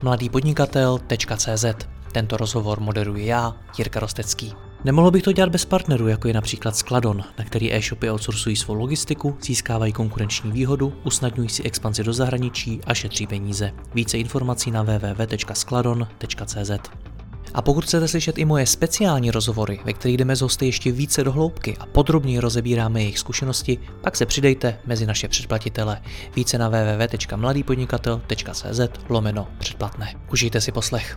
mladýpodnikatel.cz. Tento rozhovor moderuji já, Jirka Rostecký. Nemohl bych to dělat bez partnerů, jako je například Skladon, na který e-shopy outsourcují svou logistiku, získávají konkurenční výhodu, usnadňují si expanzi do zahraničí a šetří peníze. Více informací na www.skladon.cz. A pokud chcete slyšet i moje speciální rozhovory, ve kterých jdeme s hosty ještě více do hloubky a podrobněji rozebíráme jejich zkušenosti, pak se přidejte mezi naše předplatitele. Více na www.mladýpodnikatel.cz/předplatné. Užijte si poslech.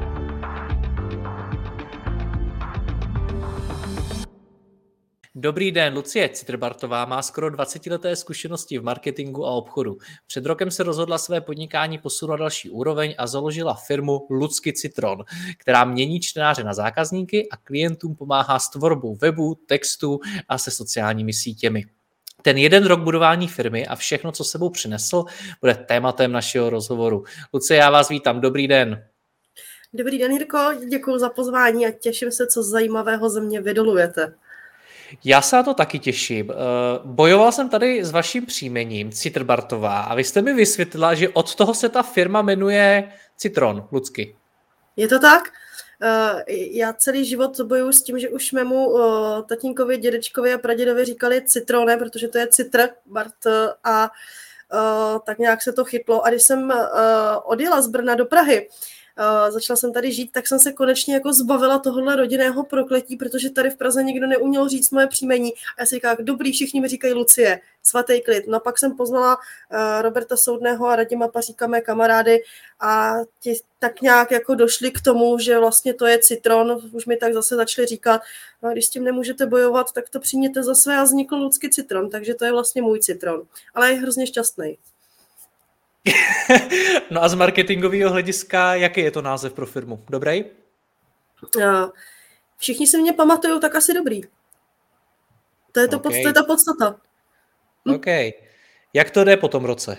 Dobrý den, Lucie Citrbartová má skoro 20leté zkušenosti v marketingu a obchodu. Před rokem se rozhodla své podnikání posunout na další úroveň a založila firmu Lucky Citron, která mění čtenáře na zákazníky a klientům pomáhá s tvorbou webu, textu a se sociálními sítěmi. Ten jeden rok budování firmy a všechno, co sebou přinesl, bude tématem našeho rozhovoru. Lucie, já vás vítám, dobrý den. Dobrý den, Jirko, děkuji za pozvání a těším se, co zajímavého ze mě vydolujete. Já se na to taky těším. Bojoval jsem tady s vaším příjmením Citrbartová a vy jste mi vysvětlila, že od toho se ta firma jmenuje Citron, Lucky. Je to tak? Já celý život bojuju s tím, že už mému tatínkovi, dědečkovi a pradědovi říkali Citrone, protože to je Citr, Bart, a tak nějak se to chytlo. A když jsem odjela z Brna do Prahy, začala jsem tady žít, tak jsem se konečně jako zbavila tohohle rodinného prokletí, protože tady v Praze nikdo neuměl říct moje příjmení. A já si říkala, dobrý, všichni mi říkají Lucie, svatý klid. No a pak jsem poznala Roberta Soudného a Radima Paříka, mé kamarády, a ti tak nějak jako došli k tomu, že vlastně to je Citron, už mi tak zase začali říkat, no a když s tím nemůžete bojovat, tak to přijměte za své a vznikl Lucky Citron, takže to je vlastně můj Citron. Ale je hrozně šťastný. No a z marketingového hlediska, jaký je to název pro firmu? Dobrý? Všichni si mě pamatujou, tak asi dobrý. To je, to je ta podstata. OK. Jak to jde po tom roce?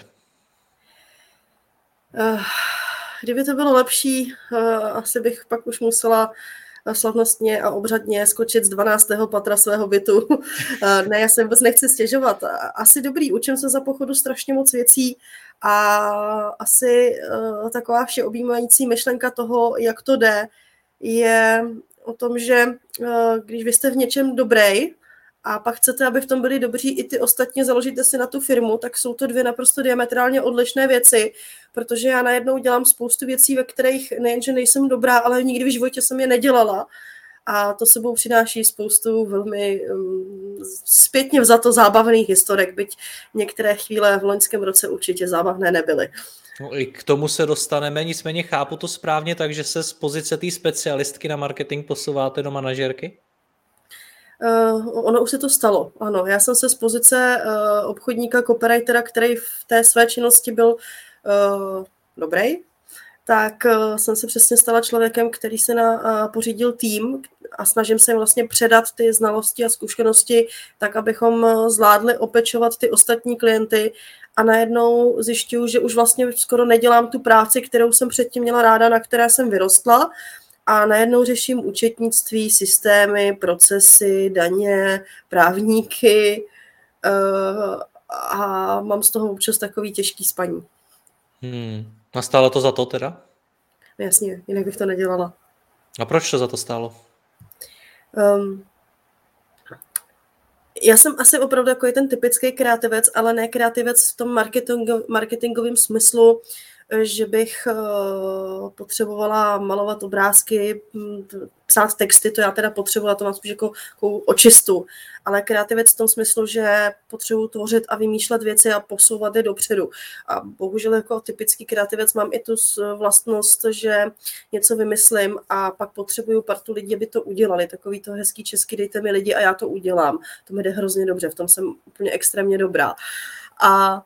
Kdyby to bylo lepší, asi bych pak už musela slavnostně a obřadně skočit z 12. patra svého bytu. Ne, já se vůbec nechci stěžovat. Asi dobrý, učím se za pochodu strašně moc věcí a asi taková všeobjímající myšlenka toho, jak to jde, je o tom, že když vy jste v něčem dobrý a pak chcete, aby v tom byli dobří i ty ostatní, založíte si na tu firmu, tak jsou to dvě naprosto diametrálně odlišné věci, protože já najednou dělám spoustu věcí, ve kterých nejenže nejsem dobrá, ale nikdy v životě jsem je nedělala. A to sebou přináší spoustu velmi zpětně vzato zábavných historek, byť některé chvíle v loňském roce určitě zábavné nebyly. No, i k tomu se dostaneme, nicméně chápu to správně, takže se z pozice té specialistky na marketing posouváte do manažerky? Ono už se to stalo, ano. Já jsem se z pozice obchodníka, copywritera, který v té své činnosti byl dobrý, tak jsem se přesně stala člověkem, který se pořídil tým a snažím se jim vlastně předat ty znalosti a zkušenosti tak, abychom zvládli opečovat ty ostatní klienty, a najednou zjišťuju, že už vlastně skoro nedělám tu práci, kterou jsem předtím měla ráda, na které jsem vyrostla, a najednou řeším účetnictví, systémy, procesy, daně, právníky a mám z toho občas takový těžký spaní. A stálo to za to teda? Jasně, jinak bych to nedělala. A proč to za to stálo? Já jsem asi opravdu jako ten typický kreativec, ale ne kreativec v tom marketingovém smyslu, že bych potřebovala malovat obrázky, psát texty, to já teda potřebuji, to mám spíš jako očistu, ale kreativec v tom smyslu, že potřebuji tvořit a vymýšlet věci a posouvat je dopředu. A bohužel jako typický kreativec mám i tu vlastnost, že něco vymyslím a pak potřebuju partu lidí, aby to udělali. Takový to hezký český, dejte mi lidi a já to udělám. To mi jde hrozně dobře, v tom jsem úplně extrémně dobrá. A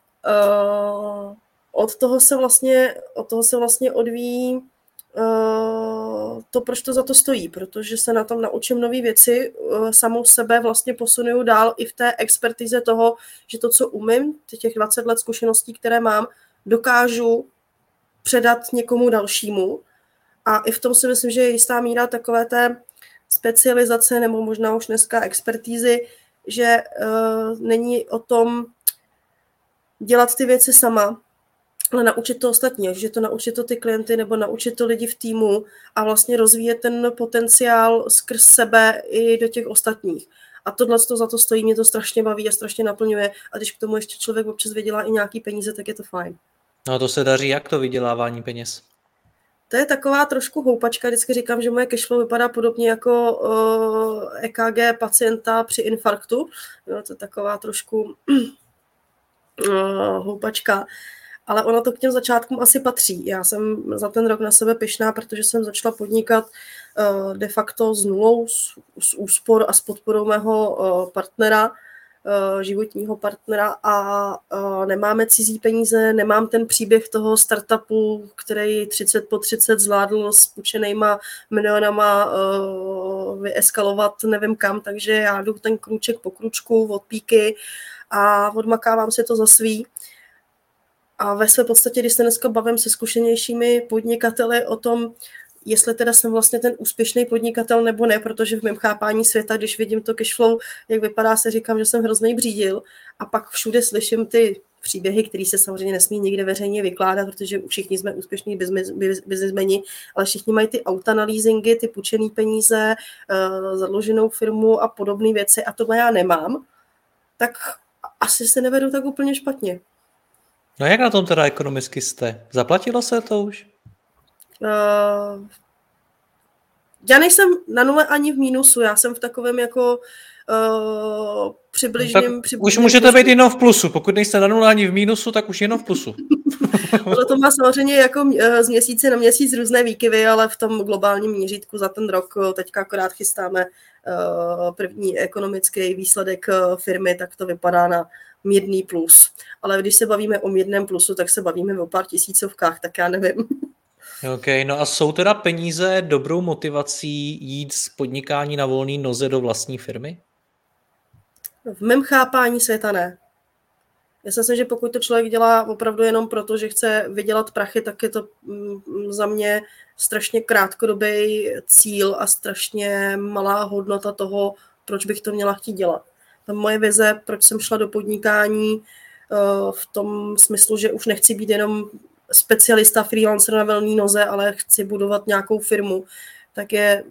od toho se vlastně odvíjí to, proč to za to stojí, protože se na tom naučím nové věci, samou sebe vlastně posunuju dál i v té expertize toho, že to, co umím, těch 20 let zkušeností, které mám, dokážu předat někomu dalšímu, a i v tom si myslím, že je jistá míra takové té specializace nebo možná už dneska expertízy, že není o tom dělat ty věci sama, ale naučit to ostatní, že to naučit to ty klienty nebo naučit to lidi v týmu a vlastně rozvíjet ten potenciál skrz sebe i do těch ostatních. A tohle to za to stojí, mě to strašně baví a strašně naplňuje a když k tomu ještě člověk občas vydělá i nějaký peníze, tak je to fajn. No a to se daří, jak to vydělávání peněz? To je taková trošku houpačka, vždycky říkám, že moje cashflow vypadá podobně jako EKG pacienta při infarktu. Jo, to je taková trošku houpačka. Ale ono to k těm začátkům asi patří. Já jsem za ten rok na sebe pyšná, protože jsem začala podnikat de facto s nulou, s úspor a s podporou mého partnera, životního partnera a nemáme cizí peníze, nemám ten příběh toho startupu, který 30 po 30 zvládl s půjčenýma milionama vyeskalovat nevím kam, takže já jdu ten krůček po krůčku od píky a odmakávám si to za svý. A ve své podstatě, když se dneska bavím se zkušenějšími podnikateli o tom, jestli teda jsem vlastně ten úspěšný podnikatel nebo ne, protože v mém chápání světa, když vidím to cashflow, jak vypadá, se říkám, že jsem hrozný břídil a pak všude slyším ty příběhy, které se samozřejmě nesmí nikde veřejně vykládat, protože všichni jsme úspěšní biznismeni, ale všichni mají ty auta na leasingy, ty půjčený peníze, zadluženou firmu a podobné věci a tohle já nemám, tak asi se nevedu tak úplně špatně. No jak na tom teda ekonomicky jste? Zaplatilo se to už? Já nejsem na nule ani v mínusu, já jsem v takovém jako přibližným... Už můžete být jenom v plusu, pokud nejste na nule ani v mínusu, tak už jenom v plusu. Ale to má samozřejmě jako z měsíce na měsíc různé výkyvy, ale v tom globálním měřítku za ten rok teďka akorát chystáme první ekonomický výsledek firmy, tak to vypadá na mírný plus. Ale když se bavíme o mírném plusu, tak se bavíme o pár tisícovkách, tak já nevím. OK, no a jsou teda peníze dobrou motivací jít z podnikání na volné noze do vlastní firmy? V mém chápání světa ne. Já si myslím, že pokud to člověk dělá opravdu jenom proto, že chce vydělat prachy, tak je to za mě strašně krátkodobý cíl a strašně malá hodnota toho, proč bych to měla chtít dělat. Ta moje vize, proč jsem šla do podnikání v tom smyslu, že už nechci být jenom specialista, freelancer na volné noze, ale chci budovat nějakou firmu, tak je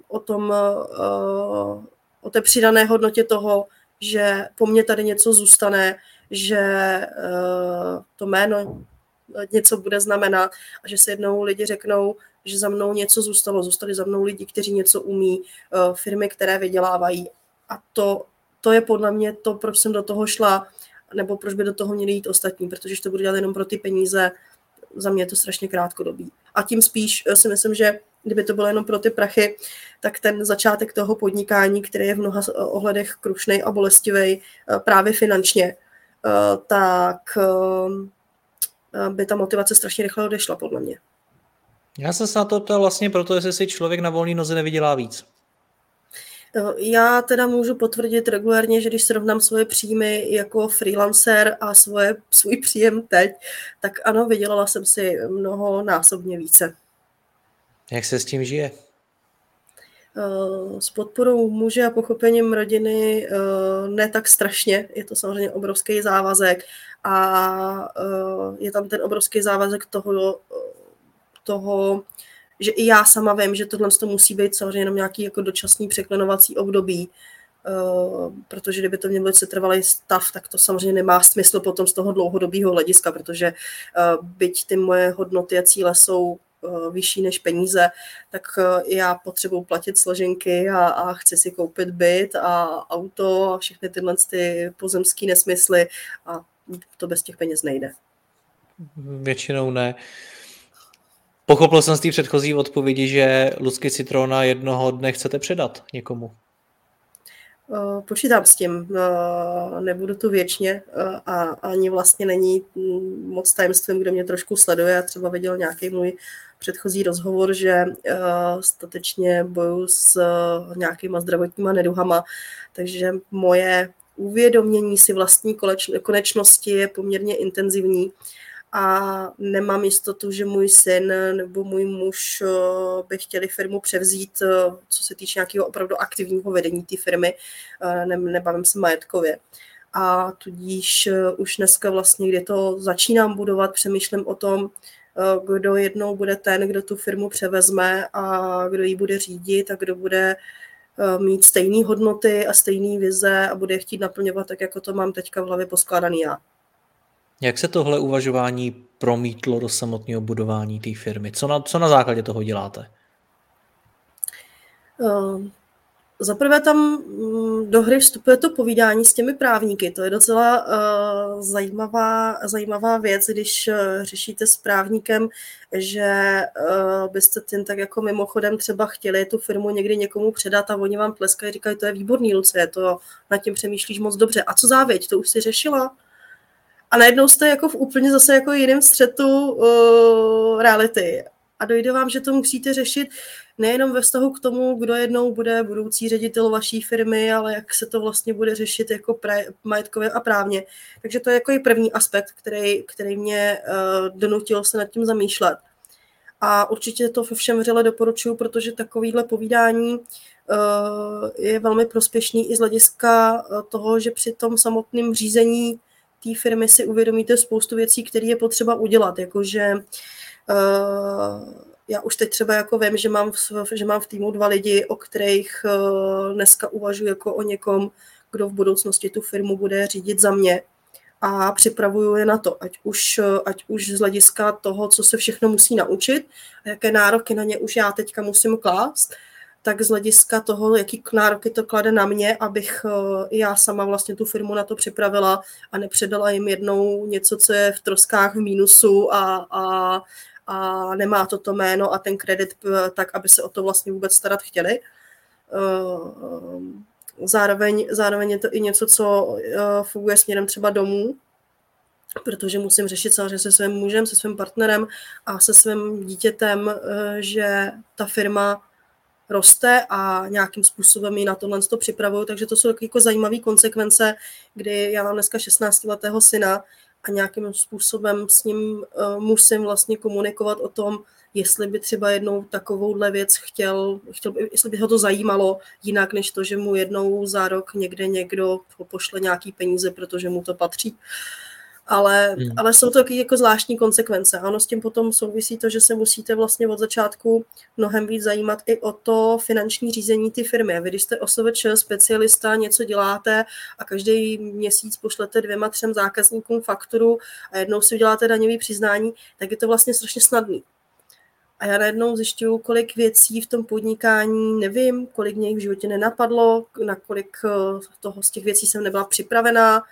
o té přidané hodnotě toho, že po mně tady něco zůstane, že to jméno něco bude znamenat a že se jednou lidi řeknou, že za mnou něco zůstalo. Zůstali za mnou lidi, kteří něco umí, firmy, které vydělávají. A to je podle mě to, proč jsem do toho šla, nebo proč by do toho měli jít ostatní, protože to budu dělat jenom pro ty peníze, za mě je to strašně krátkodobý. A tím spíš si myslím, že kdyby to bylo jenom pro ty prachy, tak ten začátek toho podnikání, který je v mnoha ohledech krušnej a bolestivý právě finančně, tak by ta motivace strašně rychle odešla, podle mě. Já jsem se na to ptal vlastně proto, jestli si člověk na volné noze nevydělá víc. Já teda můžu potvrdit regulárně, že když srovnám svoje příjmy jako freelancer a svůj příjem teď, tak ano, vydělala jsem si mnohonásobně více. Jak se s tím žije? S podporou muže a pochopením rodiny ne tak strašně, je to samozřejmě obrovský závazek a je tam ten obrovský závazek toho, že i já sama vím, že tohle to musí být samozřejmě jenom nějaký jako dočasný překlenovací období, protože kdyby to měl být setrvalý stav, tak to samozřejmě nemá smysl potom z toho dlouhodobého hlediska, protože byť ty moje hodnoty a cíle jsou vyšší než peníze, tak já potřebuji platit složenky a chci si koupit byt a auto a všechny tyhle ty pozemský nesmysly a to bez těch peněz nejde. Většinou ne. Pochopil jsem z té předchozí odpovědi, že Lucky Citrona jednoho dne chcete předat někomu. Počítám s tím, nebudu tu věčně a ani vlastně není moc tajemstvím, kdo mě trošku sleduje a třeba viděl nějaký můj předchozí rozhovor, že statečně bojuju s nějakýma zdravotníma neduhama, takže moje uvědomění si vlastní konečnosti je poměrně intenzivní a nemám jistotu, že můj syn nebo můj muž by chtěli firmu převzít, co se týče nějakého opravdu aktivního vedení té firmy, nebavím se majetkově. a tudíž už dneska vlastně, kdy to začínám budovat, přemýšlím o tom, kdo jednou bude ten, kdo tu firmu převezme a kdo ji bude řídit a kdo bude mít stejné hodnoty a stejné vize a bude je chtít naplňovat tak, jako to mám teďka v hlavě poskládaný já. Jak se tohle uvažování promítlo do samotného budování té firmy? Co na základě toho děláte? Zaprvé tam do hry vstupuje to povídání s těmi právníky. To je docela zajímavá věc, když řešíte s právníkem, že byste tím tak jako mimochodem třeba chtěli tu firmu někdy někomu předat a oni vám tleskají a říkají, to je výborný, Lucie, to nad tím přemýšlíš moc dobře. A co závěť, to už si řešila? A najednou jste jako v úplně zase jako jiném střetu reality. A dojde vám, že to musíte řešit nejenom ve vztahu k tomu, kdo jednou bude budoucí ředitel vaší firmy, ale jak se to vlastně bude řešit jako majetkově a právně. Takže to je jako i první aspekt, který mě donutil se nad tím zamýšlet. A určitě to všem vřele doporučuji, protože takovýhle povídání je velmi prospěšný i z hlediska toho, že při tom samotném řízení té firmy si uvědomíte spoustu věcí, které je potřeba udělat, jakože já už teď třeba jako vím, že mám v týmu 2 lidi, o kterých dneska uvažuji jako o někom, kdo v budoucnosti tu firmu bude řídit za mě a připravuju je na to, ať už z hlediska toho, co se všechno musí naučit a jaké nároky na ně už já teďka musím klást, tak z hlediska toho, jaký nároky to klade na mě, abych i já sama vlastně tu firmu na to připravila a nepředala jim jednou něco, co je v troskách v mínusu a nemá toto jméno a ten kredit tak, aby se o to vlastně vůbec starat chtěli. Zároveň je to i něco, co funguje směrem třeba domů, protože musím řešit samozřejmě se svým mužem, se svým partnerem a se svým dítětem, že ta firma roste a nějakým způsobem ji na tohle to připravuju, takže to jsou jako zajímavé konsekvence, kdy já mám dneska 16letého syna a nějakým způsobem s ním musím vlastně komunikovat o tom, jestli by třeba jednou takovouhle věc chtěl, jestli by ho to zajímalo jinak, než to, že mu jednou za rok někde někdo pošle nějaký peníze, protože mu to patří. Ale jsou to taky jako zvláštní konsekvence. Ano, s tím potom souvisí to, že se musíte vlastně od začátku mnohem víc zajímat i o to finanční řízení ty firmy. Vy, když jste OSVČ specialista, něco děláte a každý měsíc pošlete 2-3 zákazníkům fakturu a jednou si uděláte daňový přiznání, tak je to vlastně strašně snadný. A já najednou zjišťuju, kolik věcí v tom podnikání nevím, kolik mě v životě nenapadlo, na kolik toho z těch věcí jsem nebyla připravená,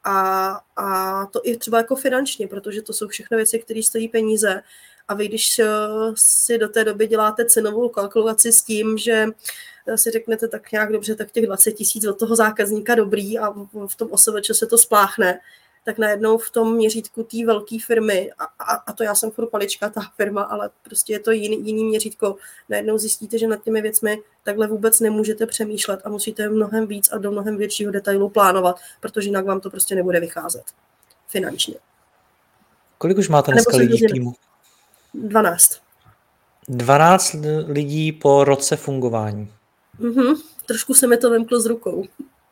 a to i třeba jako finančně, protože to jsou všechno věci, které stojí peníze. A vy, když si do té doby děláte cenovou kalkulaci s tím, že si řeknete tak nějak dobře, tak těch 20 000 od toho zákazníka dobrý a v tom OSVČ se to spláchne, tak najednou v tom měřítku té velké firmy, a to já jsem furt palička, ta firma, ale prostě je to jiný měřítko, najednou zjistíte, že nad těmi věcmi takhle vůbec nemůžete přemýšlet a musíte mnohem víc a do mnohem většího detailu plánovat, protože jinak vám to prostě nebude vycházet finančně. Kolik už máte dneska lidí v týmu? 12. 12 lidí po roce fungování. Trošku se mi to vymklo z rukou.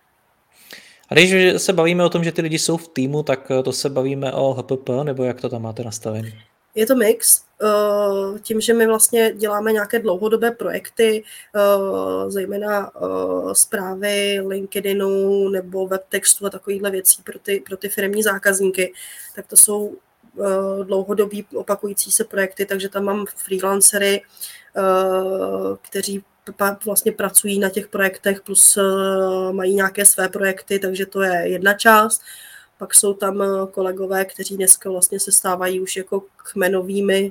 A když se bavíme o tom, že ty lidi jsou v týmu, tak to se bavíme o HPP, nebo jak to tam máte nastavené? Je to mix. Tím, že my vlastně děláme nějaké dlouhodobé projekty, zejména zprávy LinkedInu nebo webtextu a takovýchhle věcí pro ty firemní zákazníky, tak to jsou dlouhodobí opakující se projekty, takže tam mám freelancery, kteří vlastně pracují na těch projektech, plus mají nějaké své projekty, takže to je jedna část. Pak jsou tam kolegové, kteří dneska vlastně se stávají už jako kmenovými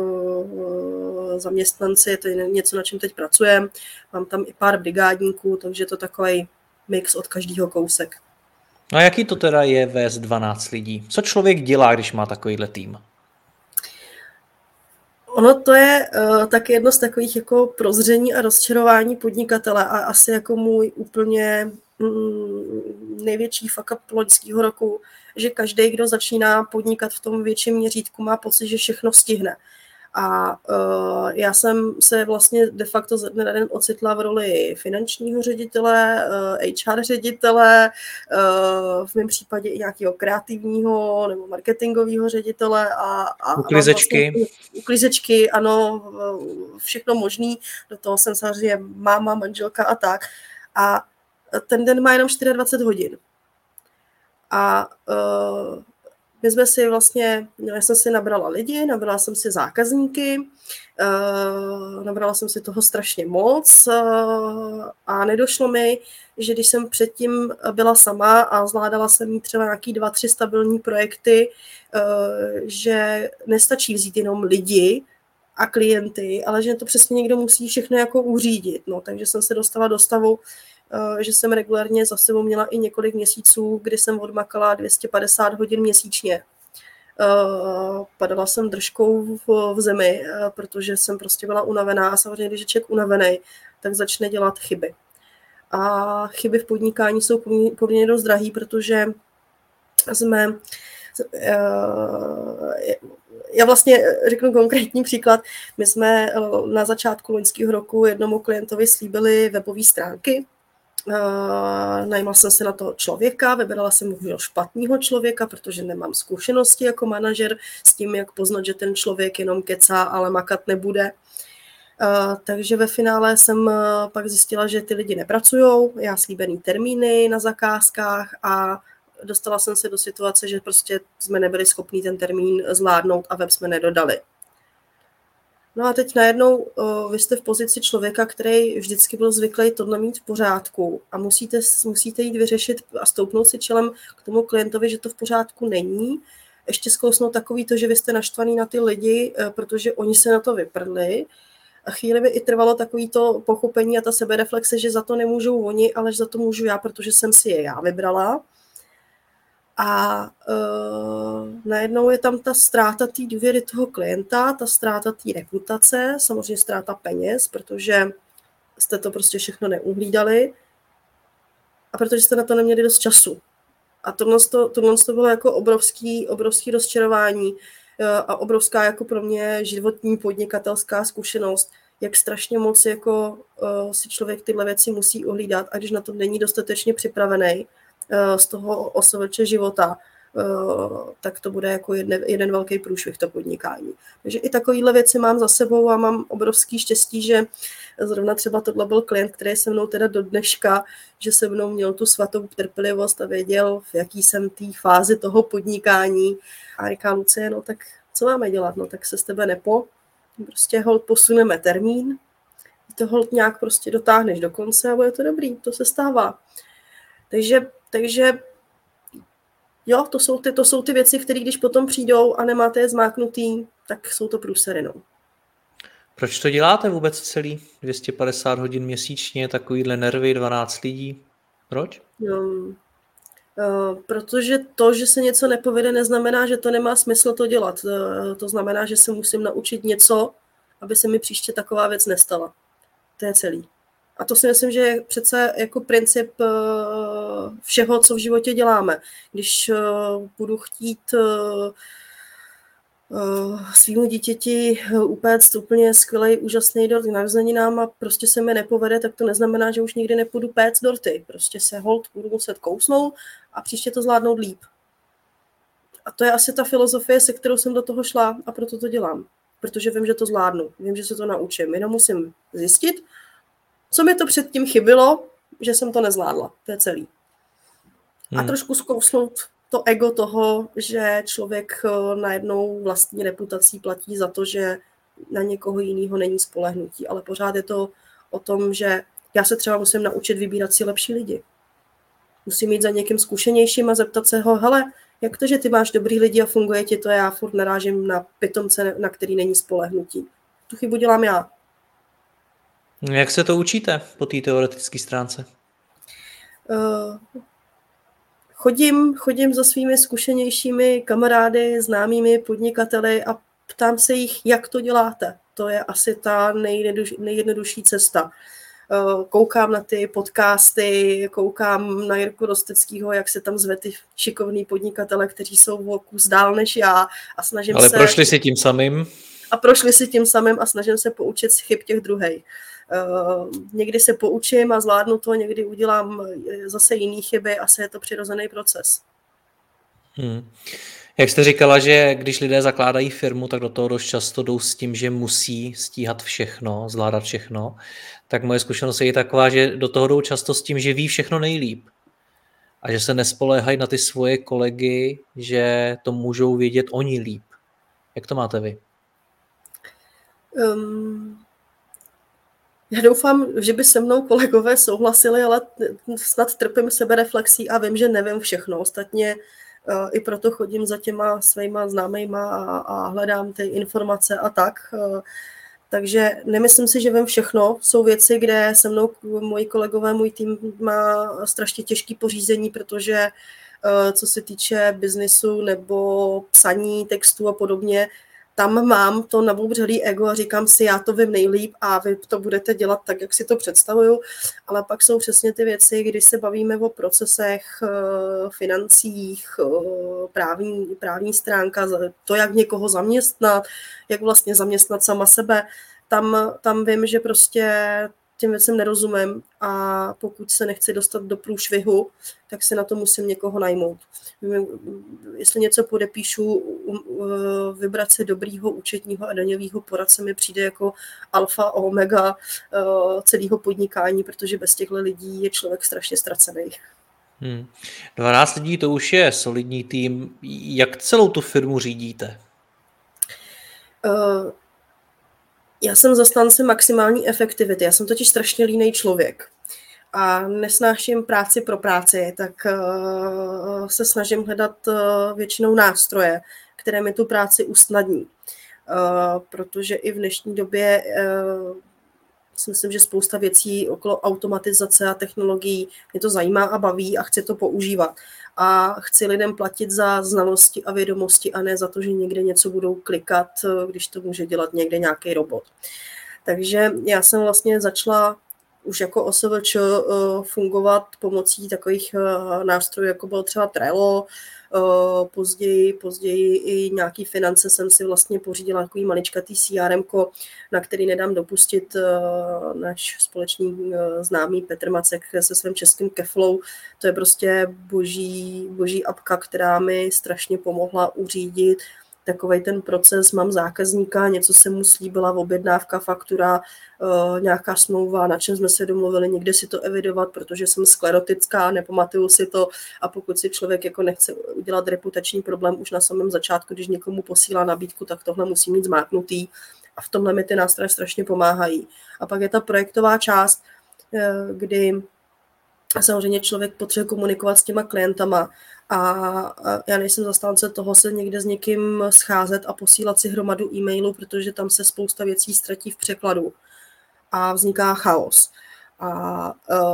zaměstnanci, to je něco, na čem teď pracujeme. Mám tam i pár brigádníků, takže to takový mix od každého kousek. No a jaký to teda je vést 12 lidí? Co člověk dělá, když má takovýhle tým? Ono to je taky jedno z takových jako prozření a rozčarování podnikatele a asi jako můj úplně největší fuck up loňského roku, že každý, kdo začíná podnikat v tom větším měřítku, má pocit, že všechno stihne. A já jsem se vlastně de facto ze dne na den ocitla v roli finančního ředitele, HR ředitele, v mém případě i nějakého kreativního nebo marketingového ředitele a uklizečky. Vlastně, uklizečky, ano, všechno možný. Do toho jsem samozřejmě máma, manželka a tak. A ten den má jenom 24 hodin. A my jsme si vlastně, já jsem si nabrala lidi, nabrala jsem si zákazníky, nabrala jsem si toho strašně moc a nedošlo mi, že když jsem předtím byla sama a zvládala jsem mít třeba nějaký 2-3 stabilní projekty, že nestačí vzít jenom lidi a klienty, ale že to přesně někdo musí všechno jako uřídit. No, takže jsem se dostala do stavu, že jsem regulárně za sebou měla i několik měsíců, kdy jsem odmakala 250 hodin měsíčně. Padala jsem držkou v zemi, protože jsem prostě byla unavená a samozřejmě, když je člověk unavený, tak začne dělat chyby. A chyby v podnikání jsou poměrně dost drahý, protože já vlastně řeknu konkrétní příklad. My jsme na začátku loňského roku jednomu klientovi slíbili webové stránky. Najímal jsem se na toho člověka, vybrala jsem špatného člověka, protože nemám zkušenosti jako manažer s tím, jak poznat, že ten člověk jenom kecá, ale makat nebude. Takže ve finále jsem pak zjistila, že ty lidi nepracujou, já slíbený termíny na zakázkách a dostala jsem se do situace, že prostě jsme nebyli schopni ten termín zvládnout a web jsme nedodali. No a teď najednou vy jste v pozici člověka, který vždycky byl zvyklý tohle mít v pořádku a musíte jít vyřešit a stoupnout si čelem k tomu klientovi, že to v pořádku není. Ještě zkousnout takový to, že vy jste naštvaný na ty lidi, protože oni se na to vyprdli. A chvíli by i trvalo takový to pochopení a ta sebereflexe, že za to nemůžou oni, ale že za to můžu já, protože jsem si je já vybrala. A najednou je tam ta ztráta té důvěry toho klienta, ta ztráta té reputace, samozřejmě ztráta peněz, protože jste to prostě všechno neuhlídali a protože jste na to neměli dost času. A tohle to bylo jako obrovský rozčarování a obrovská jako pro mě životní podnikatelská zkušenost, jak strašně moc jako si člověk tyhle věci musí uhlídat a když na to není dostatečně připravený, z toho osoveče života, tak to bude jako jeden velký průšvih to podnikání. Takže i takovýhle věci mám za sebou a mám obrovský štěstí, že zrovna třeba tohle byl klient, který je se mnou teda do dneška, že se mnou měl tu svatou trpělivost a věděl, v jaký jsem té fázi toho podnikání. A říká Lucie, no tak co máme dělat? No tak se z tebe prostě holt posuneme termín, to holt nějak prostě dotáhneš do konce a bude to dobrý, to se stává. Takže jo, to jsou ty věci, které když potom přijdou a nemáte je zmáknutý, tak jsou to průsery. No. Proč to děláte vůbec celý? 250 hodin měsíčně, takovýhle nervy, 12 lidí. Proč? Protože to, že se něco nepovede, neznamená, že to nemá smysl to dělat. To znamená, že se musím naučit něco, aby se mi příště taková věc nestala. To je celý. A to si myslím, že je přece jako princip všeho, co v životě děláme. Když budu chtít svýmu dítěti upéct úplně skvělej, úžasný dort k narozeninám a prostě se mi nepovede, tak to neznamená, že už nikdy nepůjdu péct dorty. Prostě se holt budu muset kousnout a příště to zvládnout líp. A to je asi ta filozofie, se kterou jsem do toho šla a proto to dělám. Protože vím, že to zvládnu, vím, že se to naučím. Jenom musím zjistit, co mi to předtím chybilo, že jsem to nezvládla. To je celý. A trošku zkousnout to ego toho, že člověk najednou vlastní reputací platí za to, že na někoho jiného není spolehnutí. Ale pořád je to o tom, že já se třeba musím naučit vybírat si lepší lidi. Musím jít za někým zkušenějším a zeptat se ho, hele, jak to, že ty máš dobrý lidi a funguje ti to, já furt narážím na pitomce, na který není spolehnutí. Tu chybu dělám já. Jak se to učíte po té teoretické stránce? Chodím za svými zkušenějšími kamarády, známými podnikateli a ptám se jich, jak to děláte. To je asi ta nejjednodušší cesta. Koukám na ty podcasty, koukám na Jirku Rosteckýho, jak se tam zve ty šikovný podnikatele, kteří jsou o kus dál než já a snažím se... Ale prošli si tím samým? a prošli si tím samým a snažím se poučit z chyb těch druhých. Někdy se poučím a zvládnu to, někdy udělám zase jiný chyby, asi je to přirozený proces. Jak jste říkala, že když lidé zakládají firmu, tak do toho dost často jdou s tím, že musí stíhat všechno, zvládat všechno, tak moje zkušenost je taková, že do toho jdou často s tím, že ví všechno nejlíp a že se nespoléhají na ty svoje kolegy, že to můžou vědět oni líp. Jak to máte vy? Já doufám, že by se mnou kolegové souhlasili, ale snad trpím sebereflexí a vím, že nevím všechno. Ostatně i proto chodím za těma svýma známejma a hledám ty informace a tak. Takže nemyslím si, že vím všechno. Jsou věci, kde se mnou moji kolegové, můj tým má strašně těžký pořízení, protože co se týče biznisu nebo psaní textů a podobně, tam mám to nabubřelý ego a říkám si, já to vím nejlíp a vy to budete dělat tak, jak si to představuju. Ale pak jsou přesně ty věci, když se bavíme o procesech, financích, právní stránka, to, jak někoho zaměstnat, jak vlastně zaměstnat sama sebe. Tam vím, že prostě těm věcem nerozumím a pokud se nechci dostat do průšvihu, tak si na to musím někoho najmout. Jestli něco podepíšu, vybrat si dobrýho účetního a daňového poradce mi přijde jako alfa a omega celého podnikání, protože bez těchto lidí je člověk strašně ztracený. 12 lidí to už je solidní tým. Jak celou tu firmu řídíte? Já jsem zastánce maximální efektivity. Já jsem totiž strašně línej člověk a nesnáším práci pro práci, tak se snažím hledat většinou nástroje, které mi tu práci usnadní. Protože i v dnešní době si myslím, že spousta věcí okolo automatizace a technologií mě to zajímá a baví a chci to používat. A chci lidem platit za znalosti a vědomosti a ne za to, že někde něco budou klikat, když to může dělat někde nějaký robot. Takže já jsem vlastně začala už jako OSVČ fungovat pomocí takových nástrojů, jako bylo třeba Trello. Později i nějaký finance jsem si vlastně pořídila takový maličkatý CRM-ko, na který nedám dopustit náš společný známý Petr Macek se svým českým Keflou. To je prostě boží apka, která mi strašně pomohla uřídit takovej ten proces, mám zákazníka, něco se mu slíbila, objednávka, faktura, nějaká smlouva, na čem jsme se domluvili, někde si to evidovat, protože jsem sklerotická, nepamatuju si to a pokud si člověk jako nechce udělat reputační problém už na samém začátku, když někomu posílá nabídku, tak tohle musí mít zmáknutý a v tomhle mi ty nástroje strašně pomáhají. A pak je ta projektová část, kdy samozřejmě člověk potřebuje komunikovat s těma klientama a já nejsem zastánce toho se někde s někým scházet a posílat si hromadu e-mailů, protože tam se spousta věcí ztratí v překladu a vzniká chaos. A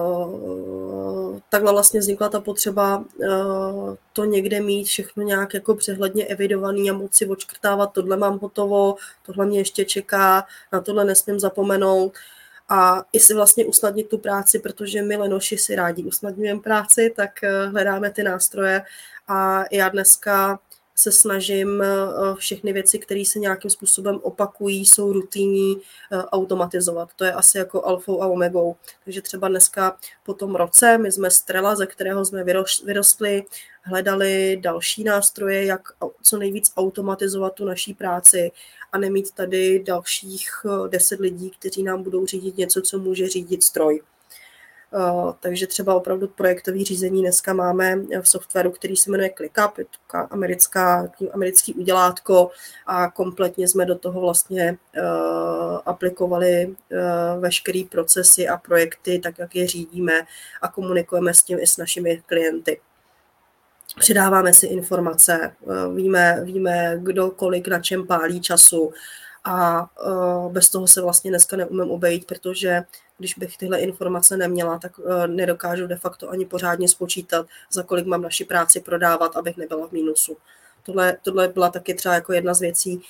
takhle vlastně vznikla ta potřeba to někde mít všechno nějak jako přehledně evidovaný a moci odškrtávat, tohle mám hotovo, tohle mě ještě čeká, na tohle nesmím zapomenout. A i si vlastně usnadnit tu práci, protože my lenoši si rádi usnadňujeme práci, tak hledáme ty nástroje a já dneska se snažím všechny věci, které se nějakým způsobem opakují, jsou rutinní, automatizovat. To je asi jako alfou a omegou. Takže třeba dneska po tom roce my jsme z Trella, ze kterého jsme vyrostli, hledali další nástroje, jak co nejvíc automatizovat tu naší práci a nemít tady dalších 10 lidí, kteří nám budou řídit něco, co může řídit stroj. Takže třeba opravdu projektové řízení dneska máme v softwaru, který se jmenuje ClickUp, je to americký udělátko a kompletně jsme do toho vlastně aplikovali veškeré procesy a projekty, tak jak je řídíme a komunikujeme s tím i s našimi klienty. Přidáváme si informace, víme, kdo kolik na čem pálí času a bez toho se vlastně dneska neumím obejít, protože když bych tyhle informace neměla, tak nedokážu de facto ani pořádně spočítat, za kolik mám naši práci prodávat, abych nebyla v mínusu. Tohle byla taky třeba jako jedna z věcí,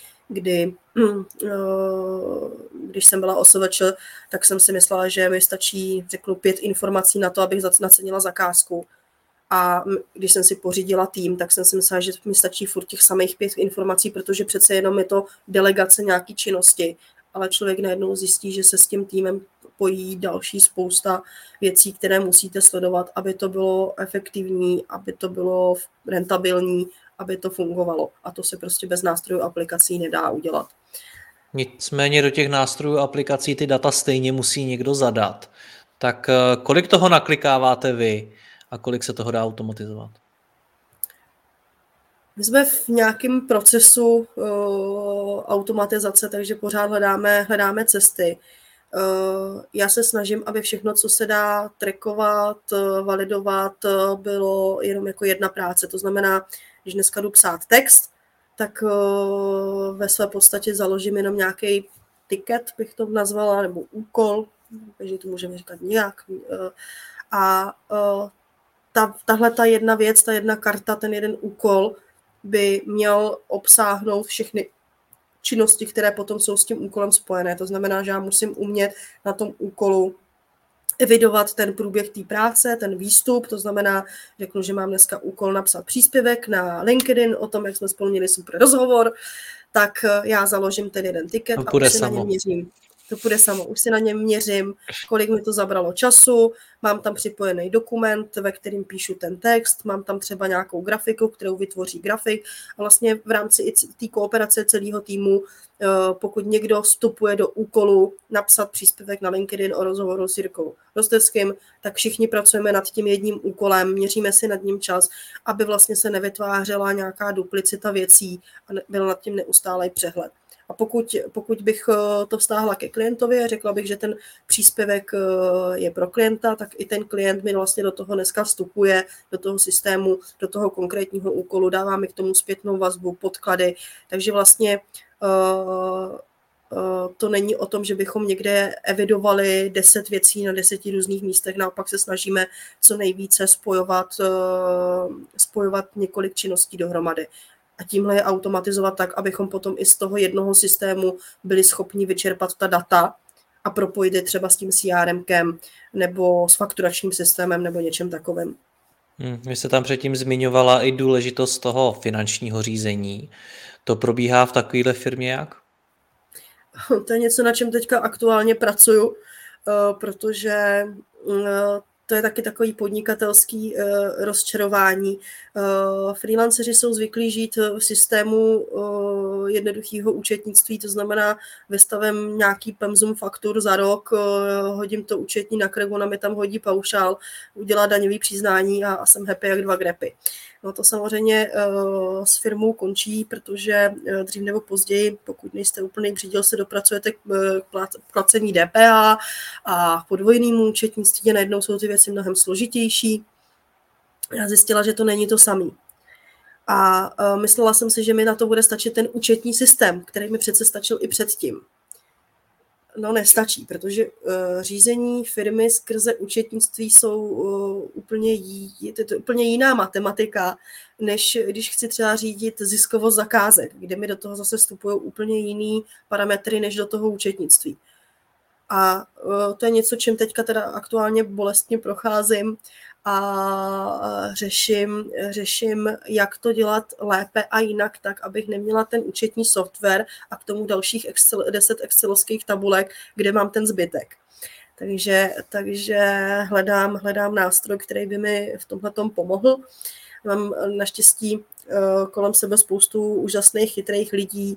když jsem byla OSVČ, tak jsem si myslela, že mi stačí, řeknu, 5 informací na to, abych nacenila zakázku. A když jsem si pořídila tým, tak jsem si myslela, že mi stačí furt těch samých 5 informací, protože přece jenom je to delegace nějaký činnosti. Ale člověk najednou zjistí, že se s tím týmem pojí další spousta věcí, které musíte sledovat, aby to bylo efektivní, aby to bylo rentabilní, aby to fungovalo. A to se prostě bez nástrojů aplikací nedá udělat. Nicméně do těch nástrojů aplikací ty data stejně musí někdo zadat. Tak kolik toho naklikáváte vy a kolik se toho dá automatizovat? My jsme v nějakém procesu automatizace, takže pořád hledáme cesty. Já se snažím, aby všechno, co se dá trackovat, validovat, bylo jenom jako jedna práce. To znamená, když dneska jdu psát text, tak ve své podstatě založím jenom nějaký ticket, bych to nazvala, nebo úkol, takže to můžeme říkat nějak. A tahle ta jedna věc, ta jedna karta, ten jeden úkol by měl obsáhnout všechny činnosti, které potom jsou s tím úkolem spojené. To znamená, že já musím umět na tom úkolu evidovat ten průběh té práce, ten výstup, to znamená, řeknu, že mám dneska úkol napsat příspěvek na LinkedIn o tom, jak jsme spolu měli super rozhovor, tak já založím ten jeden ticket a už si na něm měřím. To půjde samo. Už si na něm měřím, kolik mi to zabralo času, mám tam připojený dokument, ve kterým píšu ten text, mám tam třeba nějakou grafiku, kterou vytvoří grafik a vlastně v rámci i té kooperace celého týmu, pokud někdo vstupuje do úkolu napsat příspěvek na LinkedIn o rozhovoru s Jirkou Rosteckým, tak všichni pracujeme nad tím jedním úkolem, měříme si nad ním čas, aby vlastně se nevytvářela nějaká duplicita věcí a byl nad tím neustálý přehled. A pokud bych to vztáhla ke klientovi a řekla bych, že ten příspěvek je pro klienta, tak i ten klient mi vlastně do toho dneska vstupuje, do toho systému, do toho konkrétního úkolu, dává mi k tomu zpětnou vazbu, podklady. Takže vlastně to není o tom, že bychom někde evidovali 10 věcí na 10 různých místech, naopak se snažíme co nejvíce spojovat několik činností dohromady. A tímhle je automatizovat tak, abychom potom i z toho jednoho systému byli schopni vyčerpat ta data a propojit je třeba s tím CRMkem nebo s fakturačním systémem nebo něčem takovým. Vy jste tam předtím zmiňovala i důležitost toho finančního řízení. To probíhá v takovéhle firmě jak? To je něco, na čem teďka aktuálně pracuju, protože to je taky takový podnikatelský rozčarování. Freelanceři jsou zvyklí žít v systému jednoduchého účetnictví, to znamená vystavím nějaký pemzum faktur za rok, hodím to účetní na krk, ona mi tam hodí paušál, udělá daňový přiznání a jsem happy jak 2 grepy. No to samozřejmě s firmou končí, protože dřív nebo později, pokud nejste úplný břídil, se dopracujete k placení DPH a podvojnému účetnictví, najednou jsou ty věci mnohem složitější. Já zjistila, že to není to samý. A myslela jsem si, že mi na to bude stačit ten účetní systém, který mi přece stačil i předtím. No nestačí, protože řízení firmy skrze účetnictví jsou úplně jiná matematika, než když chci třeba řídit ziskovost zakázek, kde mi do toho zase vstupují úplně jiný parametry než do toho účetnictví. A to je něco, čím teďka teda aktuálně bolestně procházím a řeším, jak to dělat lépe a jinak tak, abych neměla ten účetní software a k tomu dalších 10 excelovských tabulek, kde mám ten zbytek. Takže hledám nástroj, který by mi v tomhletom pomohl. Mám naštěstí kolem sebe spoustu úžasných, chytrých lidí,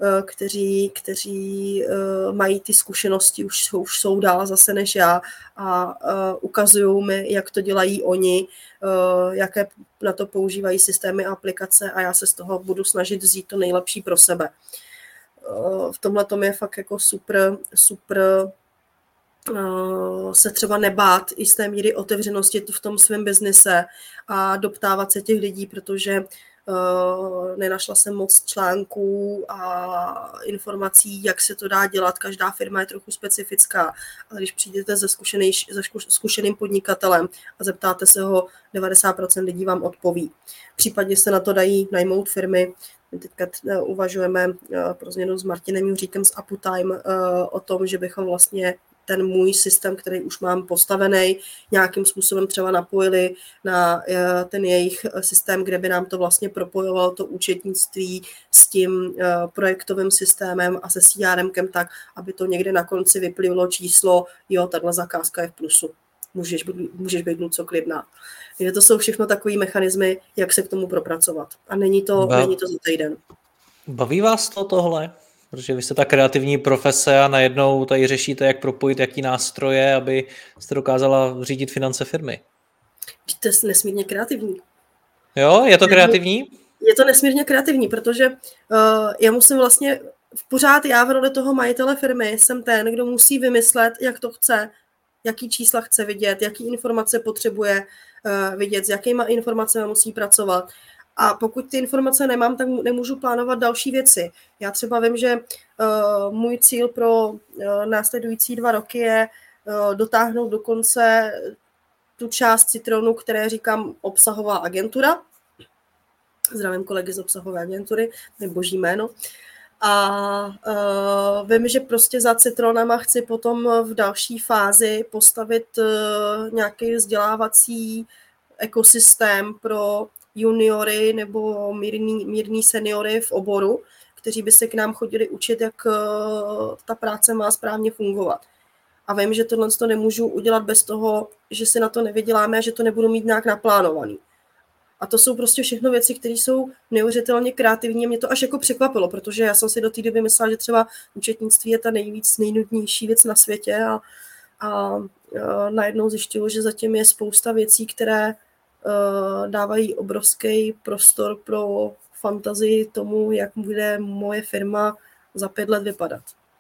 kteří mají ty zkušenosti, už jsou dál zase než já a ukazují mi, jak to dělají oni, jaké na to používají systémy a aplikace a já se z toho budu snažit vzít to nejlepší pro sebe. V tomhle tom je fakt jako super se třeba nebát i z té míry otevřenosti v tom svém biznise a doptávat se těch lidí, protože nenašla jsem moc článků a informací, jak se to dá dělat. Každá firma je trochu specifická, ale když přijdete se zkušeným podnikatelem a zeptáte se ho, 90% lidí vám odpoví. Případně se na to dají najmout firmy. My teďka uvažujeme pro změnu s Martinem Juříkem z Uptime o tom, že bychom vlastně ten můj systém, který už mám postavený, nějakým způsobem třeba napojili na ten jejich systém, kde by nám to vlastně propojovalo to účetnictví s tím projektovým systémem a se CRMkem tak, aby to někde na konci vyplivlo číslo, jo, tahle zakázka je v plusu. Můžeš být klidná. Takže to jsou všechno takové mechanismy, jak se k tomu propracovat. A není to za týden. Baví vás tohle? Protože vy jste ta kreativní profese a najednou tady řešíte, jak propojit jaký nástroje, aby jste dokázala řídit finance firmy. To je nesmírně kreativní. Jo, je to kreativní? Je to nesmírně kreativní, protože já musím vlastně pořád já v roli toho majitele firmy jsem ten, kdo musí vymyslet, jak to chce, jaký čísla chce vidět, jaký informace potřebuje vidět, s jakýma informacemi musí pracovat. A pokud ty informace nemám, tak nemůžu plánovat další věci. Já třeba vím, že můj cíl pro následující 2 roky je dotáhnout do konce tu část Citronu, které říkám obsahová agentura. Zdravím kolegy z obsahové agentury, to je boží jméno. A vím, že prostě za Citronama chci potom v další fázi postavit nějaký vzdělávací ekosystém pro juniory nebo mírný seniory v oboru, kteří by se k nám chodili učit, jak ta práce má správně fungovat. A vím, že tohle to nemůžu udělat bez toho, že si na to nevyděláme a že to nebudu mít nějak naplánovaný. A to jsou prostě všechno věci, které jsou neuvěřitelně kreativní. Mě to až jako překvapilo, protože já jsem si do té doby myslela, že třeba účetnictví je ta nejnudnější věc na světě a najednou zjišťuju, že zatím je spousta věcí, které dávají obrovský prostor pro fantazii tomu, jak bude moje firma za 5 let vypadat.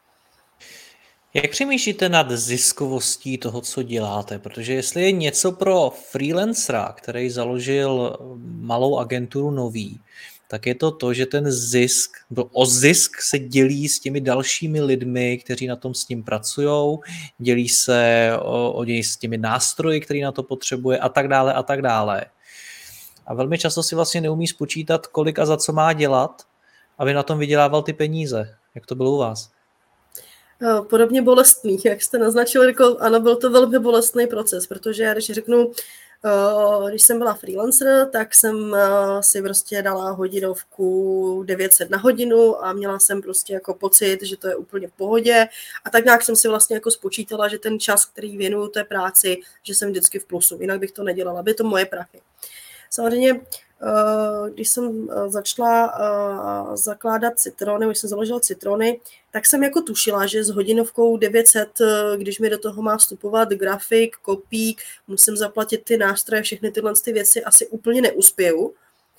Jak přemýšlíte nad ziskovostí toho, co děláte? Protože jestli je něco pro freelancera, který založil malou agenturu nový, tak je to, že ten zisk se dělí s těmi dalšími lidmi, kteří na tom s ním pracují, dělí se o něj s těmi nástroji, který na to potřebuje a tak dále a tak dále. A velmi často si vlastně neumí spočítat, kolik a za co má dělat, aby na tom vydělával ty peníze. Jak to bylo u vás? Podobně bolestný, jak jste naznačil, jako, ano, byl to velmi bolestný proces, protože já když řeknu, když jsem byla freelancer, tak jsem si prostě dala hodinovku 900 na hodinu a měla jsem prostě jako pocit, že to je úplně v pohodě a tak nějak jsem si vlastně jako spočítala, že ten čas, který věnuju té práci, že jsem vždycky v plusu, jinak bych to nedělala, by to moje prachy. Samozřejmě, když jsem začala zakládat Citrony, když jsem založila Citrony, tak jsem jako tušila, že s hodinovkou 900, když mi do toho má vstupovat grafik, kopík, musím zaplatit ty nástroje, všechny tyhle věci, asi úplně neuspěju.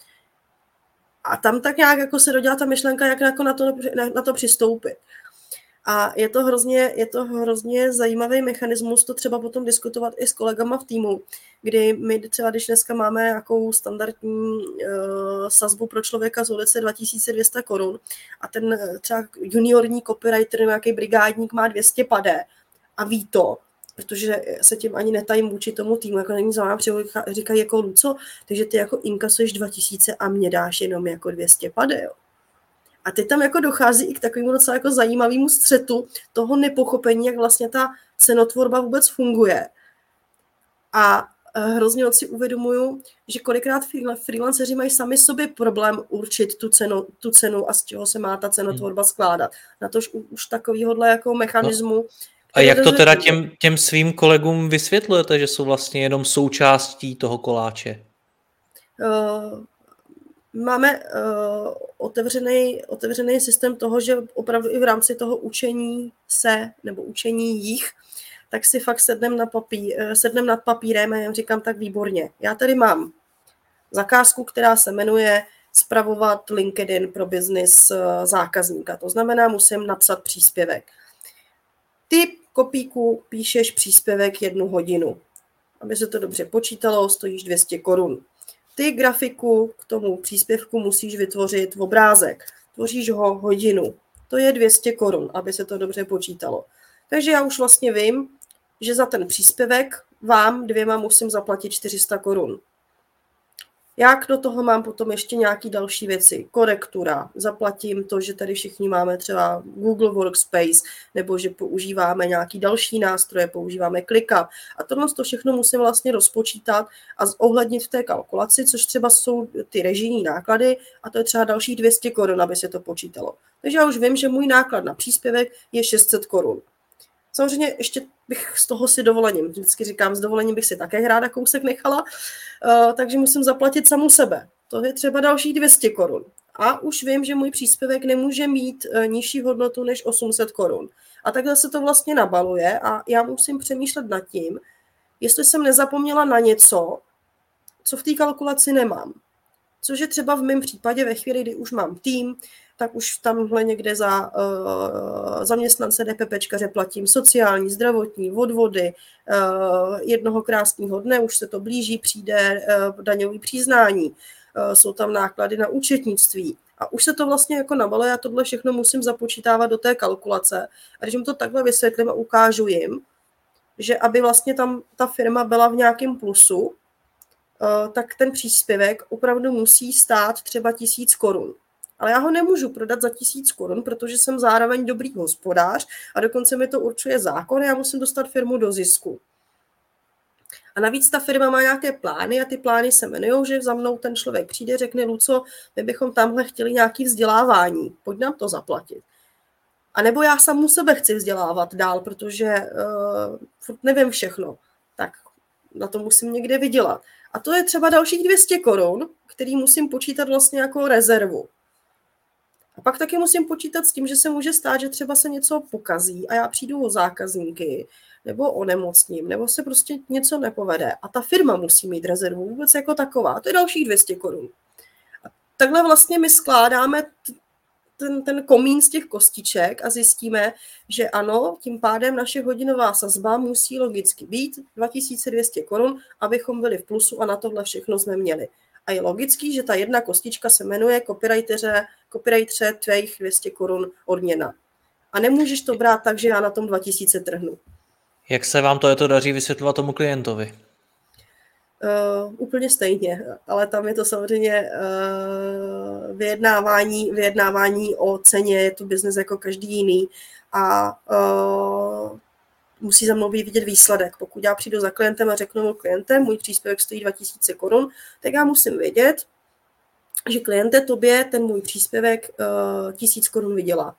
A tam tak nějak jako se rodila ta myšlenka, jak jako na to přistoupit. A je to hrozně zajímavý mechanismus to třeba potom diskutovat i s kolegama v týmu, kdy my třeba, když dneska máme nějakou standardní sazbu pro člověka z ulice 2200 korun a ten třeba juniorní copywriter, nějaký brigádník má 200 padé a ví to, protože se tím ani netajím vůči tomu týmu, jako není za říkají jako Luco, takže ty jako inkasuješ 2000 a mě dáš jenom jako 200 padé, jo. A teď tam jako dochází i k takovému docela jako zajímavému střetu toho nepochopení, jak vlastně ta cenotvorba vůbec funguje. A hrozně moc si uvědomuju, že kolikrát freelanceři mají sami sobě problém určit tu cenu a z čeho se má ta cenotvorba skládat. Na to už takovýhodle jako mechanismu. No. A jak to teda těm svým kolegům vysvětlujete, že jsou vlastně jenom součástí toho koláče? Máme otevřený systém toho, že opravdu i v rámci toho učení se nebo učení jich, tak si fakt sednem nad papírem a já říkám tak výborně. Já tady mám zakázku, která se jmenuje spravovat LinkedIn pro biznis zákazníka. To znamená, musím napsat příspěvek. Ty, kopíku, píšeš příspěvek 1 hodinu. Aby se to dobře počítalo, stojíš 200 korun. Ty grafiku k tomu příspěvku musíš vytvořit v obrázek. Tvoříš ho hodinu. To je 200 korun, aby se to dobře počítalo. Takže já už vlastně vím, že za ten příspěvek vám 2 musím zaplatit 400 korun. Jak do toho mám potom ještě nějaké další věci? Korektura, zaplatím to, že tady všichni máme třeba Google Workspace, nebo že používáme nějaký další nástroje, používáme ClickUp. A tohle to všechno musím vlastně rozpočítat a zohlednit v té kalkulaci, což třeba jsou ty režijní náklady a to je třeba dalších 200 korun, aby se to počítalo. Takže já už vím, že můj náklad na příspěvek je 600 korun. Samozřejmě ještě bych z toho si dovolením, vždycky říkám, s dovolením bych si také ráda kousek nechala, takže musím zaplatit samu sebe. To je třeba další 200 korun. A už vím, že můj příspěvek nemůže mít nižší hodnotu než 800 korun. A takhle se to vlastně nabaluje a já musím přemýšlet nad tím, jestli jsem nezapomněla na něco, co v té kalkulaci nemám. Což je třeba v mém případě ve chvíli, kdy už mám tým, tak už tamhle někde za zaměstnance DPPčkaře platím sociální, zdravotní, odvody. Jednoho krásného dne, už se to blíží, přijde daňový přiznání. Jsou tam náklady na účetnictví. A už se to vlastně jako nabaluje, já tohle všechno musím započítávat do té kalkulace. A když jim to takhle vysvětlím a ukážu jim, že aby vlastně tam ta firma byla v nějakém plusu, tak ten příspěvek opravdu musí stát třeba 1000 korun. Ale já ho nemůžu prodat za 1000 korun, protože jsem zároveň dobrý hospodář a dokonce mi to určuje zákon a já musím dostat firmu do zisku. A navíc ta firma má nějaké plány a ty plány se jmenují, že za mnou ten člověk přijde, řekne, Luco, my bychom tamhle chtěli nějaké vzdělávání, pojď nám to zaplatit. A nebo já samu sebe chci vzdělávat dál, protože furt nevím všechno, tak na to musím někde vydělat. A to je třeba dalších 200 korun, který musím počítat vlastně jako rezervu. A pak taky musím počítat s tím, že se může stát, že třeba se něco pokazí a já přijdu o zákazníky, nebo onemocním, nebo se prostě něco nepovede. A ta firma musí mít rezervu vůbec jako taková. To je dalších 200 korun. A takhle vlastně my skládáme ten komín z těch kostiček a zjistíme, že ano, tím pádem naše hodinová sazba musí logicky být 2200 korun, abychom byli v plusu a na tohle všechno jsme měli. A je logický, že ta jedna kostička se jmenuje copywriteře tvých 200 korun odměna. A nemůžeš to brát tak, že já na tom 2000 trhnu. Jak se vám to daří vysvětlovat tomu klientovi? Úplně stejně, ale tam je to samozřejmě vyjednávání o ceně, je to biznes jako každý jiný a musí za mnou být vidět výsledek. Pokud já přijdu za klientem a řeknu mu klientem, můj příspěvek stojí 2000 korun, tak já musím vědět, že kliente tobě ten můj příspěvek 1000 korun vydělá.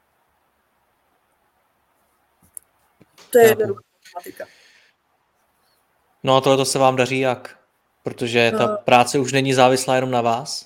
To je jednoduchá matematika. No a tohle se vám daří jak? Protože ta práce už není závislá jenom na vás?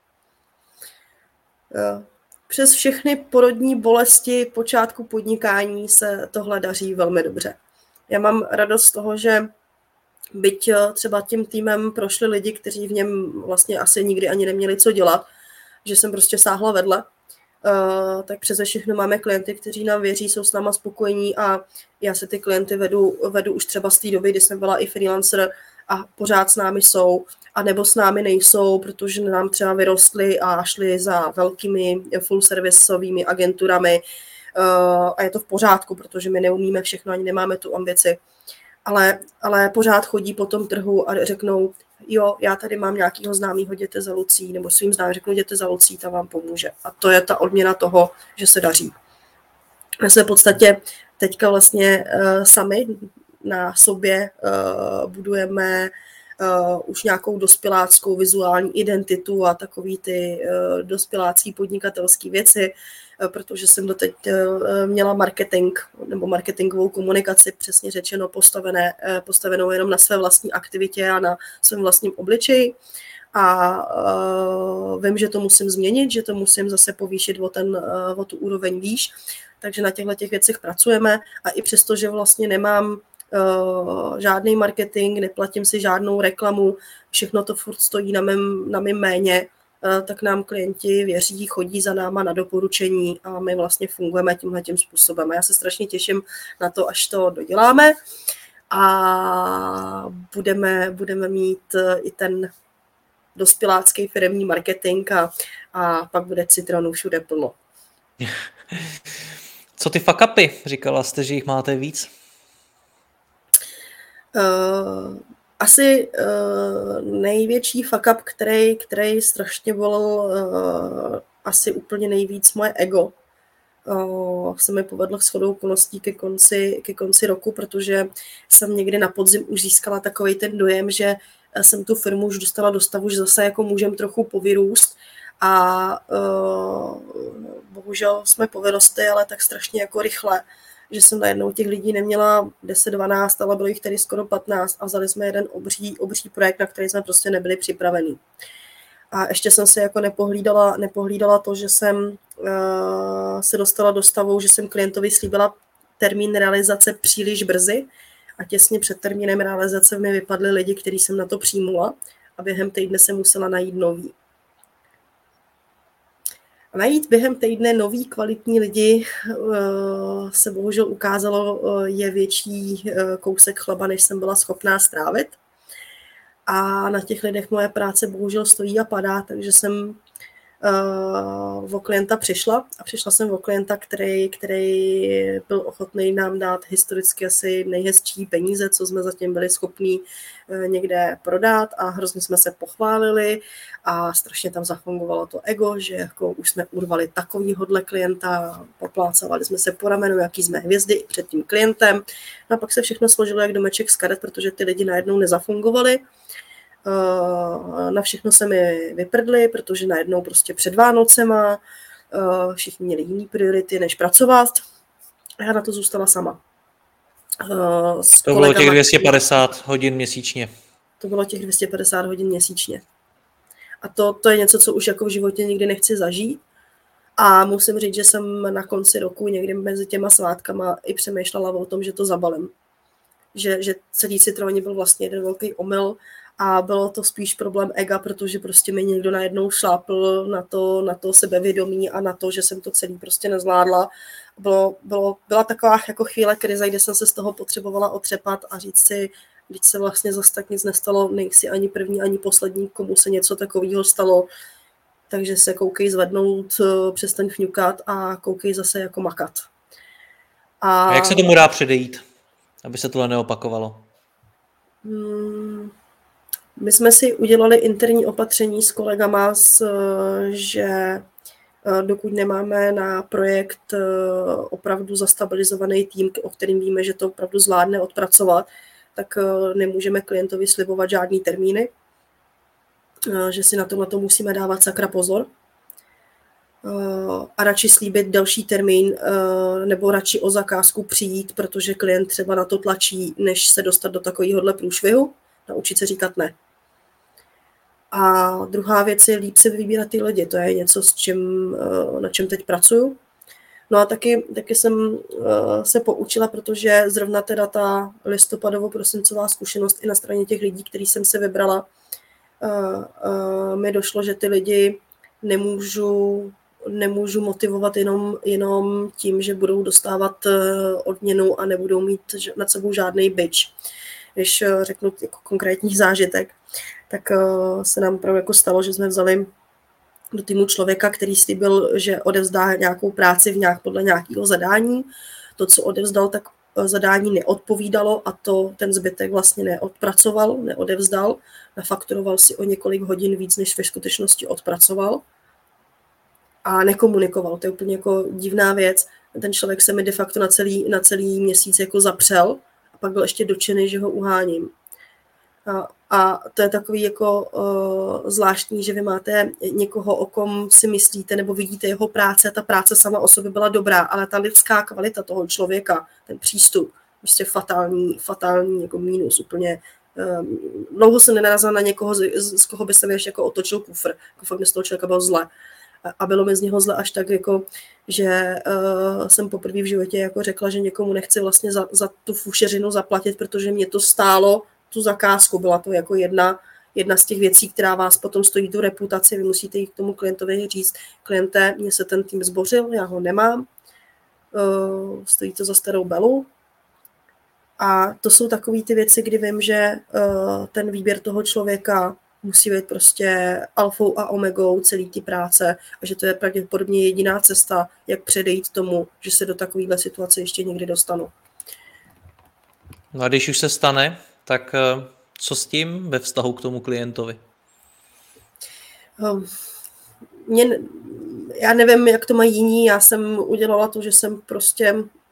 Přes všechny porodní bolesti počátku podnikání se tohle daří velmi dobře. Já mám radost z toho, že byť třeba tím týmem prošli lidi, kteří v něm vlastně asi nikdy ani neměli co dělat, že jsem prostě sáhla vedle, tak přeze všechno máme klienty, kteří nám věří, jsou s náma spokojení a já se ty klienty vedu už třeba z té doby, kdy jsem byla i freelancer a pořád s námi jsou, a nebo s námi nejsou, protože nám třeba vyrostly a šli za velkými full servisovými agenturami a je to v pořádku, protože my neumíme všechno, ani nemáme tu ambici, ale pořád chodí po tom trhu a řeknou, jo, já tady mám nějakého známého, jděte za Lucí, nebo svým známým řeknu, jděte za Lucí, ta vám pomůže. A to je ta odměna toho, že se daří. My se v podstatě teďka vlastně sami na sobě budujeme už nějakou dospěláckou vizuální identitu a takový ty dospělácký podnikatelské věci, protože jsem doteď měla marketing nebo marketingovou komunikaci, přesně řečeno postavenou jenom na své vlastní aktivitě a na svém vlastním obličeji. A vím, že to musím změnit, že to musím zase povýšit o tu úroveň výš. Takže na těchto věcech pracujeme a i přesto, že vlastně nemám žádný marketing, neplatím si žádnou reklamu, všechno to furt stojí na mém jméně, tak nám klienti věří, chodí za náma na doporučení a my vlastně fungujeme tímhletím způsobem. A já se strašně těším na to, až to doděláme a budeme mít i ten dospělácký firemní marketing a pak bude citronů všude plno. Co ty fuck upy? Říkala jste, že jich máte víc? Asi největší fuck up, který strašně volal asi úplně nejvíc moje ego, se mi povedlo shodou okolností ke konci roku, protože jsem někdy na podzim už získala takový ten dojem, že jsem tu firmu už dostala do stavu, že zase jako můžem trochu povyrůst a bohužel jsme povyrostli, ale tak strašně jako rychle, že jsem najednou těch lidí neměla 10-12, ale bylo jich tady skoro 15 a vzali jsme jeden obří projekt, na který jsme prostě nebyli připravení. A ještě jsem se jako nepohlídala to, že jsem se dostala do stavu, že jsem klientovi slíbila termín realizace příliš brzy a těsně před termínem realizace mi vypadly lidi, který jsem na to přijmula a během týdne jsem musela najít nový. A najít během týdne nový kvalitní lidi se bohužel ukázalo je větší kousek chleba, než jsem byla schopná strávit. A na těch lidech moje práce bohužel stojí a padá, takže jsem o klienta přišla a přišla jsem o klienta, který byl ochotný nám dát historicky asi nejhezčí peníze, co jsme zatím byli schopní někde prodat a hrozně jsme se pochválili a strašně tam zafungovalo to ego, že jako už jsme urvali takovýhodle klienta, poplácávali jsme se po ramenu, jaký jsme hvězdy před tím klientem. No a pak se všechno složilo jak domeček z karet, protože ty lidi najednou nezafungovali. Na všechno se mi vyprdli, protože najednou prostě před Vánocema všichni měli jiný priority, než pracovat. A já na to zůstala sama. To bylo těch 250 hodin měsíčně. To bylo těch 250 hodin měsíčně. A to je něco, co už jako v životě nikdy nechci zažít. A musím říct, že jsem na konci roku někdy mezi těma svátkama i přemýšlela o tom, že to zabalím. Že celý Citroën byl vlastně jeden velký omyl a bylo to spíš problém ega, protože prostě mi někdo najednou šlápl na to sebevědomí a na to, že jsem to celý prostě nezvládla. Byla taková jako chvíle krize, kde jsem se z toho potřebovala otřepat a říct si, když se vlastně zase tak nic nestalo, nejsi ani první, ani poslední, komu se něco takového stalo, takže se koukej zvednout, přestaň fňukat a koukej zase jako makat. A jak se tomu dá předejít, aby se tohle neopakovalo? My jsme si udělali interní opatření s kolegama, že dokud nemáme na projekt opravdu zastabilizovaný tým, o kterým víme, že to opravdu zvládne odpracovat, tak nemůžeme klientovi slibovat žádný termíny, že si na to musíme dávat sakra pozor. A radši slíbit další termín nebo radši o zakázku přijít, protože klient třeba na to tlačí, než se dostat do takovéhohle průšvihu, naučit se říkat ne. A druhá věc je líp se vybírat ty lidi, to je něco, na čem teď pracuju. No a taky jsem se poučila, protože zrovna teda ta listopadovo-prosincová zkušenost i na straně těch lidí, který jsem se vybrala, mi došlo, že ty lidi nemůžu motivovat jenom tím, že budou dostávat odměnu a nebudou mít nad sebou žádný bič. Když řeknu jako konkrétní zážitek, tak se nám opravdu jako stalo, že jsme vzali do týmu člověka, který slíbil, že odevzdá nějakou práci podle nějakého zadání. To, co odevzdal, tak zadání neodpovídalo a ten zbytek vlastně neodevzdal. Nafakturoval si o několik hodin víc, než ve skutečnosti odpracoval. A nekomunikoval. To je úplně jako divná věc. Ten člověk se mi de facto na celý měsíc jako zapřel a pak byl ještě dotčený, že ho uháním. A to je takový jako zvláštní, že vy máte někoho, o kom si myslíte nebo vidíte jeho práce, ta práce sama o sobě byla dobrá, ale ta lidská kvalita toho člověka, ten přístup, prostě fatální jako mínus úplně. Dlouho jsem nenarazila na někoho, z koho by se mi ještě jako otočil kufr, jako fakt mi z toho člověka bylo zle. A bylo mi z něho zle až tak, jako, že jsem poprvé v životě jako řekla, že někomu nechci vlastně za tu fušeřinu zaplatit, protože mě to stálo tu zakázku. Byla to jako jedna z těch věcí, která vás potom stojí tu reputaci. Vy musíte jít k tomu klientovi říct, kliente, mně se ten tým zbořil, já ho nemám, stojí to za starou belu. A to jsou takové ty věci, kdy vím, že ten výběr toho člověka musí být prostě alfou a omegou celý ty práce a že to je pravděpodobně jediná cesta, jak předejít tomu, že se do takovéhle situace ještě někdy dostanu. No a když už se stane, tak Co s tím ve vztahu k tomu klientovi? Já nevím, jak to mají jiní, já jsem udělala to, že jsem prostě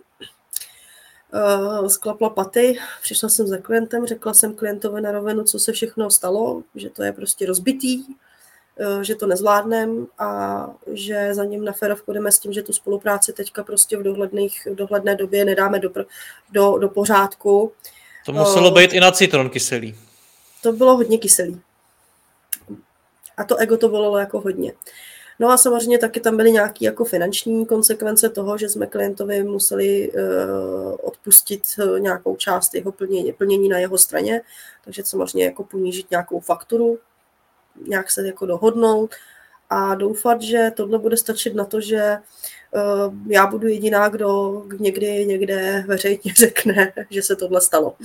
sklapla paty, přišla jsem za klientem, řekla jsem klientovi na rovinu, co se všechno stalo, že to je prostě rozbitý, že to nezvládnem a že za ním na férovku jdeme s tím, že tu spolupráci teďka prostě v dohledné době nedáme do pořádku. To muselo být i na citron kyselý. To bylo hodně kyselý. A to ego to volalo jako hodně. No a samozřejmě taky tam byly nějaké jako finanční konsekvence toho, že jsme klientovi museli odpustit nějakou část jeho plnění na jeho straně, takže samozřejmě jako ponížit nějakou fakturu, nějak se jako dohodnout a doufat, že tohle bude stačit na to, že já budu jediná, kdo někde veřejně řekne, že se tohle stalo.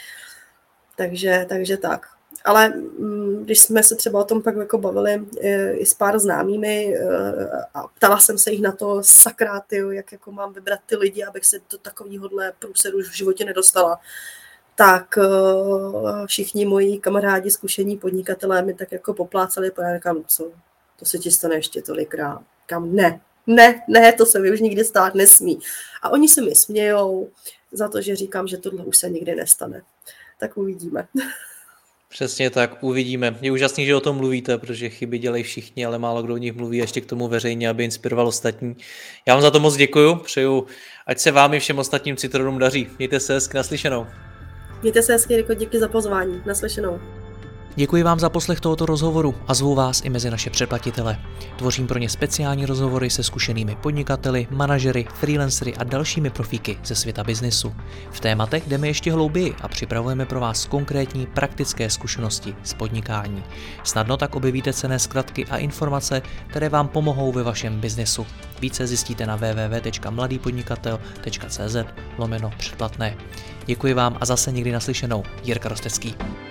Takže tak. Ale když jsme se třeba o tom pak jako bavili i s pár známými a ptala jsem se jich na to, sakra, jak jako mám vybrat ty lidi, abych se do takovýhodle průseru v životě nedostala, tak všichni moji kamarádi, zkušení podnikatelé mi tak jako poplácali, říkám, co, to se ti stane ještě tolikrát. Říkám, ne, to se mi už nikdy stát nesmí. A oni se mi smějou za to, že říkám, že tohle už se nikdy nestane. Tak uvidíme. Přesně tak, uvidíme. Je úžasný, že o tom mluvíte, protože chyby dělají všichni, ale málo kdo o nich mluví ještě k tomu veřejně, aby inspiroval ostatní. Já vám za to moc děkuju, přeju, ať se vám i všem ostatním citronům daří. Mějte se hezky, naslyšenou. Mějte se hezky, Riko, díky za pozvání, naslyšenou. Děkuji vám za poslech tohoto rozhovoru a zvu vás i mezi naše předplatitele. Tvořím pro ně speciální rozhovory se zkušenými podnikateli, manažery, freelancery a dalšími profíky ze světa biznisu. V tématech jdeme ještě hlouběji a připravujeme pro vás konkrétní praktické zkušenosti z podnikání. Snadno tak objevíte cenné zkratky a informace, které vám pomohou ve vašem biznesu. Více zjistíte na www.mladýpodnikatel.cz/předplatné. Děkuji vám a zase někdy naslyšenou. Jirka Rostecký.